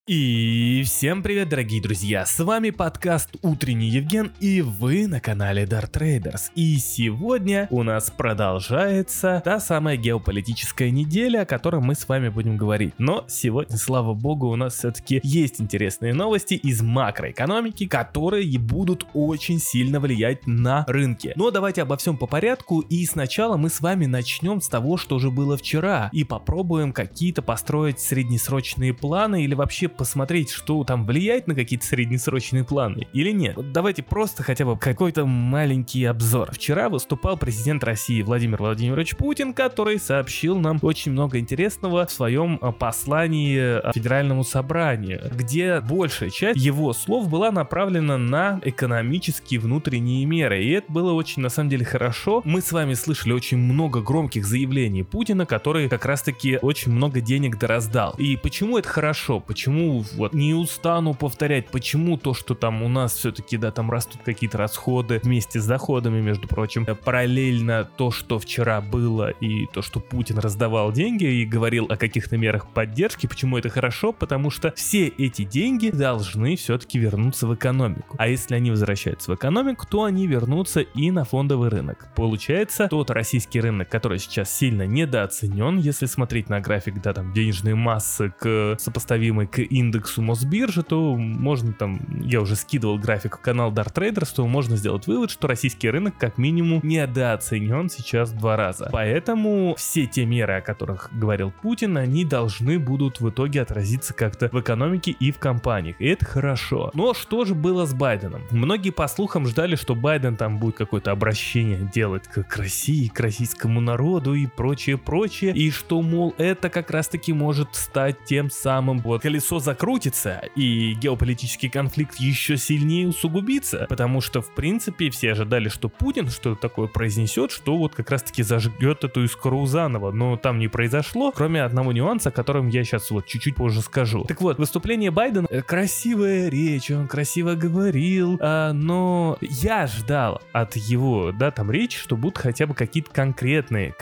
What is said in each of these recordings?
И всем привет, дорогие друзья, с вами подкаст Утренний Евген, и вы на канале Dart Traders. И сегодня у нас продолжается та самая геополитическая неделя, о которой мы с вами будем говорить. Но сегодня, слава богу, у нас все-таки есть интересные новости из макроэкономики, которые будут очень сильно влиять на рынки. Но давайте обо всем по порядку, и сначала мы с вами начнем с того, что же было вчера, и попробуем какие-то построить среднесрочные планы или вообще посмотреть, что там влияет на какие-то среднесрочные планы или нет. Вот давайте просто хотя бы какой-то маленький обзор. Вчера выступал президент России Владимир Владимирович Путин, который сообщил нам очень много интересного в своем послании Федеральному собранию, где большая часть его слов была направлена на экономические внутренние меры. И это было очень, на самом деле, хорошо. Мы с вами слышали очень много громких заявлений Путина, который как раз-таки очень много денег дораздал. И почему это хорошо? Почему вот не устану повторять, почему то, что там у нас все-таки, да, там растут какие-то расходы вместе с доходами, между прочим, параллельно то, что вчера было, и то, что Путин раздавал деньги и говорил о каких-то мерах поддержки, почему это хорошо? Потому что все эти деньги должны все-таки вернуться в экономику. А если они возвращаются в экономику, то они вернутся и на фондовый рынок. Получается, тот российский рынок, который сейчас сильно недооценен, если смотреть на график, да, там, денежной массы сопоставимой к индексу Мосбиржи, то можно там, я уже скидывал график в канал Dart Traders, то можно сделать вывод, что российский рынок как минимум недооценен сейчас в 2 раза. Поэтому все те меры, о которых говорил Путин, они должны будут в итоге отразиться как-то в экономике и в компаниях. И это хорошо. Но что же было с Байденом? Многие по слухам ждали, что Байден там будет какое-то обращение делать к России, к российскому народу и прочее, и что, мол, это как раз-таки может стать тем самым вот колесо закрутится, и геополитический конфликт еще сильнее усугубится, потому что, в принципе, все ожидали, что Путин что-то такое произнесет, что вот как раз-таки зажгет эту искру заново, но там не произошло, кроме одного нюанса, о котором я сейчас вот чуть-чуть позже скажу. Так вот, выступление Байдена, красивая речь, он красиво говорил, но я ждал от его, да, там речи, что будут хотя бы какие-то конкретные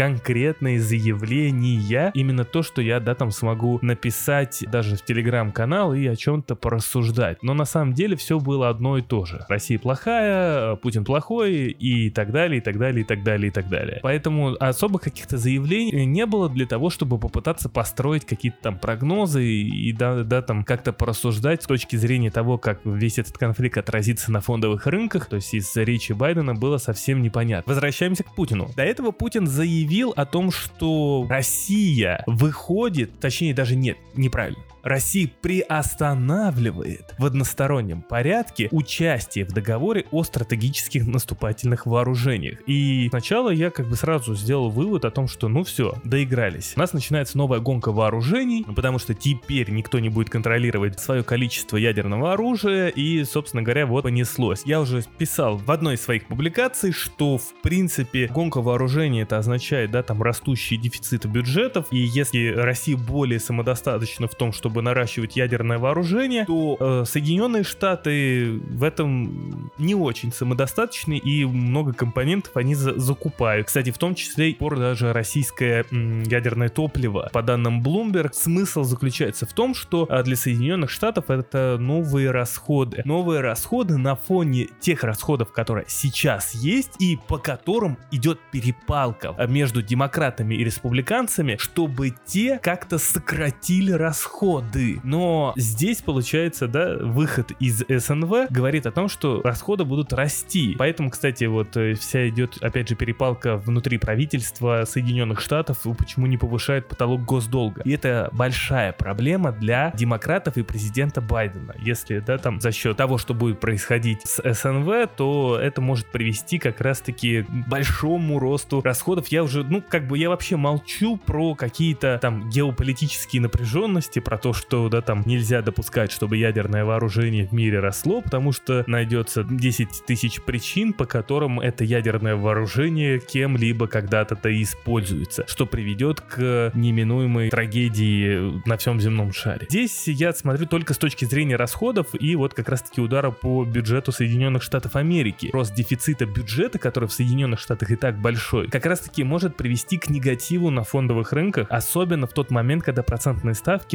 заявления, именно то, что я, да, там смогу написать даже в телеграм-канал и о чем-то порассуждать. Но на самом деле все было одно и то же. Россия плохая, Путин плохой и так далее, и так далее, и так далее, и так далее. Поэтому особо каких-то заявлений не было для того, чтобы попытаться построить какие-то там прогнозы и да, там как-то порассуждать с точки зрения того, как весь этот конфликт отразится на фондовых рынках. То есть из речи Байдена было совсем непонятно. Возвращаемся к Путину. До этого Путин заявил о том, что Россия выходит, точнее даже нет, неправильно. Россия приостанавливает в одностороннем порядке участие в договоре о стратегических наступательных вооружениях. И сначала я как бы сразу сделал вывод о том, что ну все, доигрались. У нас начинается новая гонка вооружений, потому что теперь никто не будет контролировать свое количество ядерного оружия, и, собственно говоря, вот понеслось. Я уже писал в одной из своих публикаций, что в принципе гонка вооружений это означает, да, там растущие дефициты бюджетов, и если Россия более самодостаточна в том, чтобы наращивать ядерное вооружение, то Соединенные Штаты в этом не очень самодостаточны, и много компонентов они закупают. Кстати, в том числе даже российское ядерное топливо. По данным Bloomberg, смысл заключается в том, что для Соединенных Штатов это новые расходы. Новые расходы на фоне тех расходов, которые сейчас есть, и по которым идет перепалка между демократами и республиканцами, чтобы те как-то сократили расходы. Но здесь получается, да, выход из СНВ говорит о том, что расходы будут расти. Поэтому, кстати, вот вся идет, опять же, перепалка внутри правительства Соединенных Штатов, почему не повышает потолок госдолга. И это большая проблема для демократов и президента Байдена. Если, да, там за счет того, что будет происходить с СНВ, то это может привести как раз-таки к большому росту расходов. Я уже, я вообще молчу про какие-то там геополитические напряженности, про то, что, да, там нельзя допускать, чтобы ядерное вооружение в мире росло, потому что найдется 10 тысяч причин, по которым это ядерное вооружение кем-либо когда-то-то используется, что приведет к неминуемой трагедии на всем земном шаре. Здесь я смотрю только с точки зрения расходов и вот как раз-таки удара по бюджету Соединенных Штатов Америки. Рост дефицита бюджета, который в Соединенных Штатах и так большой, как раз-таки может привести к негативу на фондовых рынках, особенно в тот момент, когда процентные ставки в Соединенных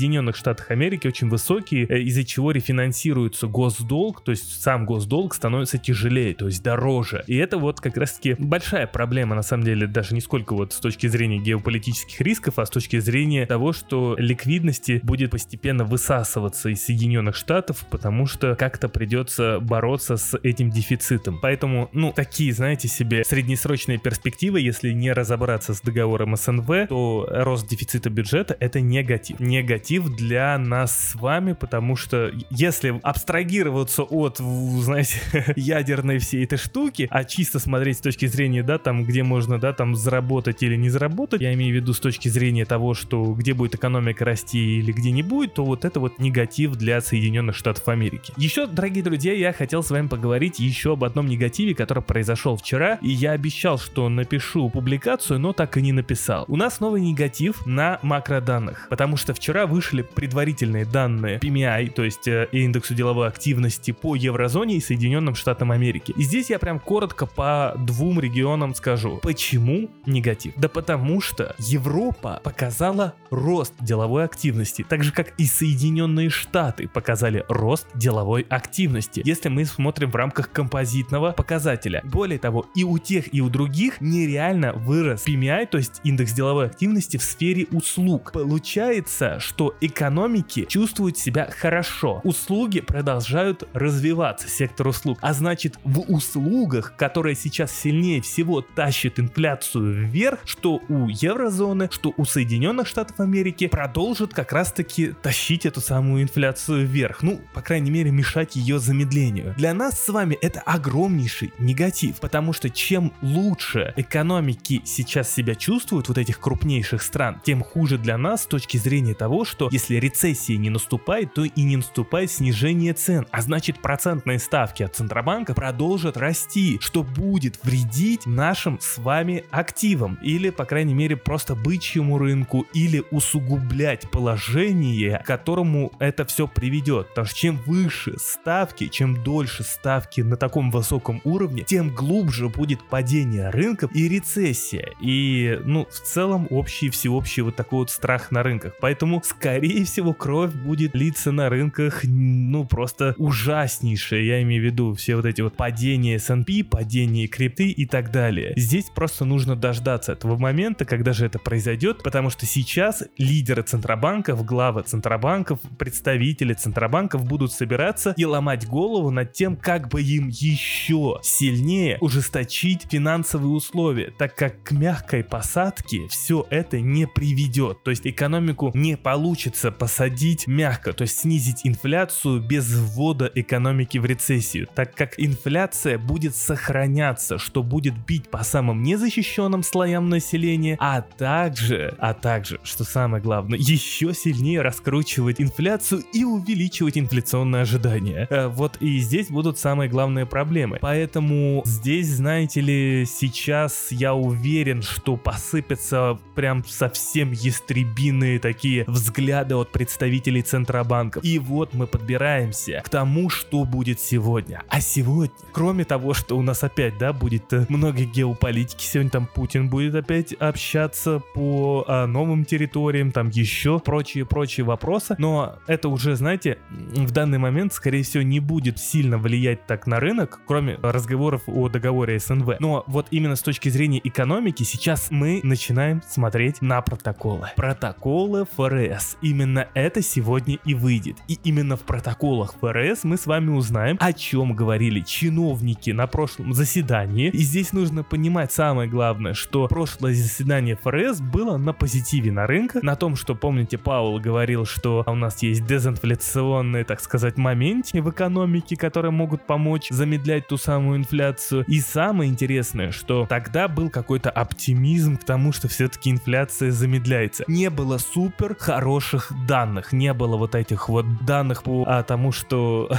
Соединенных Штатах Америки очень высокие, из-за чего рефинансируется госдолг, то есть сам госдолг становится тяжелее, то есть дороже. И это вот как раз-таки большая проблема, на самом деле, даже не сколько вот с точки зрения геополитических рисков, а с точки зрения того, что ликвидности будет постепенно высасываться из Соединенных Штатов, потому что как-то придется бороться с этим дефицитом. Поэтому, такие, знаете себе, среднесрочные перспективы, если не разобраться с договором СНВ, то рост дефицита бюджета — это негатив. Негатив для нас с вами, потому что если абстрагироваться от, знаете, ядерной всей этой штуки, а чисто смотреть с точки зрения, да, там, где можно, да, там, заработать или не заработать, я имею в виду с точки зрения того, что где будет экономика расти или где не будет, то вот это вот негатив для Соединенных Штатов Америки. Еще, дорогие друзья, я хотел с вами поговорить еще об одном негативе, который произошел вчера, и я обещал, что напишу публикацию, но так и не написал. У нас новый негатив на макроданных, потому что вчера вышли предварительные данные PMI, то есть индексу деловой активности по еврозоне и Соединенным Штатам Америки. И здесь я прям коротко по двум регионам скажу. Почему негатив? Да потому что Европа показала рост деловой активности, так же как и Соединенные Штаты показали рост деловой активности, если мы смотрим в рамках композитного показателя. Более того, и у тех, и у других нереально вырос PMI, то есть индекс деловой активности в сфере услуг. Получается, что экономики чувствуют себя хорошо. Услуги продолжают развиваться, сектор услуг. А значит, в услугах, которые сейчас сильнее всего тащат инфляцию вверх, что у еврозоны, что у Соединенных Штатов Америки, продолжат как раз-таки тащить эту самую инфляцию вверх. По крайней мере, мешать ее замедлению. Для нас с вами это огромнейший негатив, потому что чем лучше экономики сейчас себя чувствуют, вот этих крупнейших стран, тем хуже для нас с точки зрения того, что если рецессия не наступает, то и не наступает снижение цен, а значит процентные ставки от Центробанка продолжат расти, что будет вредить нашим с вами активам, или, по крайней мере, просто бычьему рынку, или усугублять положение, к которому это все приведет. Потому что чем выше ставки, чем дольше ставки на таком высоком уровне, тем глубже будет падение рынков и рецессия. И, в целом, всеобщий вот такой вот страх на рынках. Поэтому, скорее всего, кровь будет литься на рынках, просто ужаснейшая. Я имею в виду все вот эти вот падения S&P, падения крипты и так далее. Здесь просто нужно дождаться этого момента, когда же это произойдет, потому что сейчас лидеры центробанков, главы центробанков, представители центробанков будут собираться и ломать голову над тем, как бы им еще сильнее ужесточить финансовые условия, так как к мягкой посадке все это не приведет. То есть экономику не получится посадить мягко, то есть снизить инфляцию без ввода экономики в рецессию, так как инфляция будет сохраняться, что будет бить по самым незащищенным слоям населения, а также, что самое главное, еще сильнее раскручивать инфляцию и увеличивать инфляционные ожидания. Вот и здесь будут самые главные проблемы. Поэтому здесь, знаете ли, сейчас я уверен, что посыпятся прям совсем ястребиные такие взгляды от представителей центробанков. И вот мы подбираемся к тому, что будет сегодня. А сегодня, кроме того, что у нас опять, будет много геополитики, сегодня там Путин будет опять общаться по новым территориям, там еще прочие вопросы, но это уже, знаете, в данный момент, скорее всего, не будет сильно влиять так на рынок, кроме разговоров о договоре СНВ. Но вот именно с точки зрения экономики сейчас мы начинаем смотреть на протоколы. Протоколы ФРС. Именно это сегодня и выйдет. И именно в протоколах ФРС мы с вами узнаем, о чем говорили чиновники на прошлом заседании. И здесь нужно понимать самое главное, что прошлое заседание ФРС было на позитиве на рынках, на том, что, помните, Пауэлл говорил, что у нас есть дезинфляционные, так сказать, моменты в экономике, которые могут помочь замедлять ту самую инфляцию. И самое интересное, что тогда был какой-то оптимизм к тому, что все-таки инфляция замедляется. Не было супер хороших данных, не было вот этих вот данных по тому, что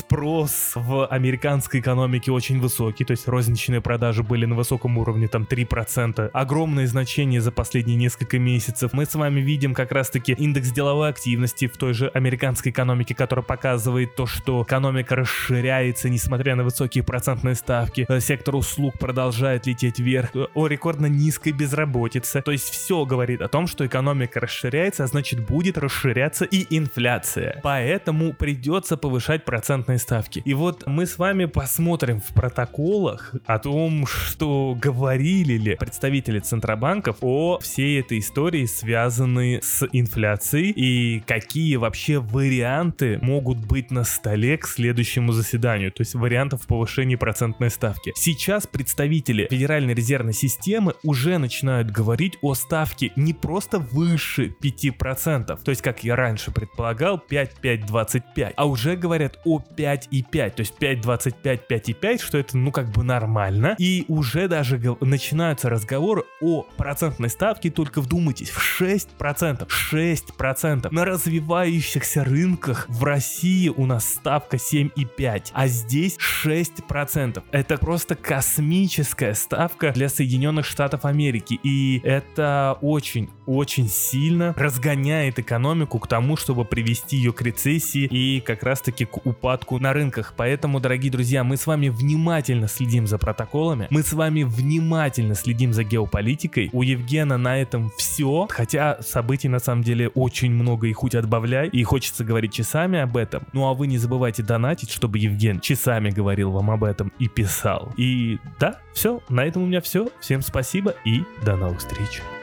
спрос в американской экономике очень высокий, то есть розничные продажи были на высоком уровне, там 3%, огромные значения за последние несколько месяцев. Мы с вами видим как раз-таки индекс деловой активности в той же американской экономике, который показывает то, что экономика расширяется, несмотря на высокие процентные ставки, сектор услуг продолжает лететь вверх, о рекордно низкой безработице, то есть все говорит о том, что экономика расширяется, а значит будет будет расширяться и инфляция. Поэтому придется повышать процентные ставки. И вот мы с вами посмотрим в протоколах о том, что говорили ли представители центробанков о всей этой истории, связанной с инфляцией, и какие вообще варианты могут быть на столе к следующему заседанию, то есть вариантов повышения процентной ставки. Сейчас представители Федеральной резервной системы уже начинают говорить о ставке не просто выше 5%, то есть как я раньше предполагал 5,25, а уже говорят о 5,5, то есть 5,25, 5,5, что это как бы нормально, и уже даже начинаются разговоры о процентной ставке, только вдумайтесь, в 6%, 6%. На развивающихся рынках в России у нас ставка 7,5, а здесь 6%. Это просто космическая ставка для Соединенных Штатов Америки, и это очень сильно разгоняет экономику к тому, чтобы привести ее к рецессии и как раз таки к упадку на рынках. Поэтому, дорогие друзья, мы с вами внимательно следим за протоколами, мы с вами внимательно следим за геополитикой. У Евгена на этом все, хотя событий на самом деле очень много, и хоть отбавляй, и хочется говорить часами об этом. Ну а вы не забывайте донатить, чтобы Евген часами говорил вам об этом и писал. И да, все, на этом у меня все. Всем спасибо и до новых встреч.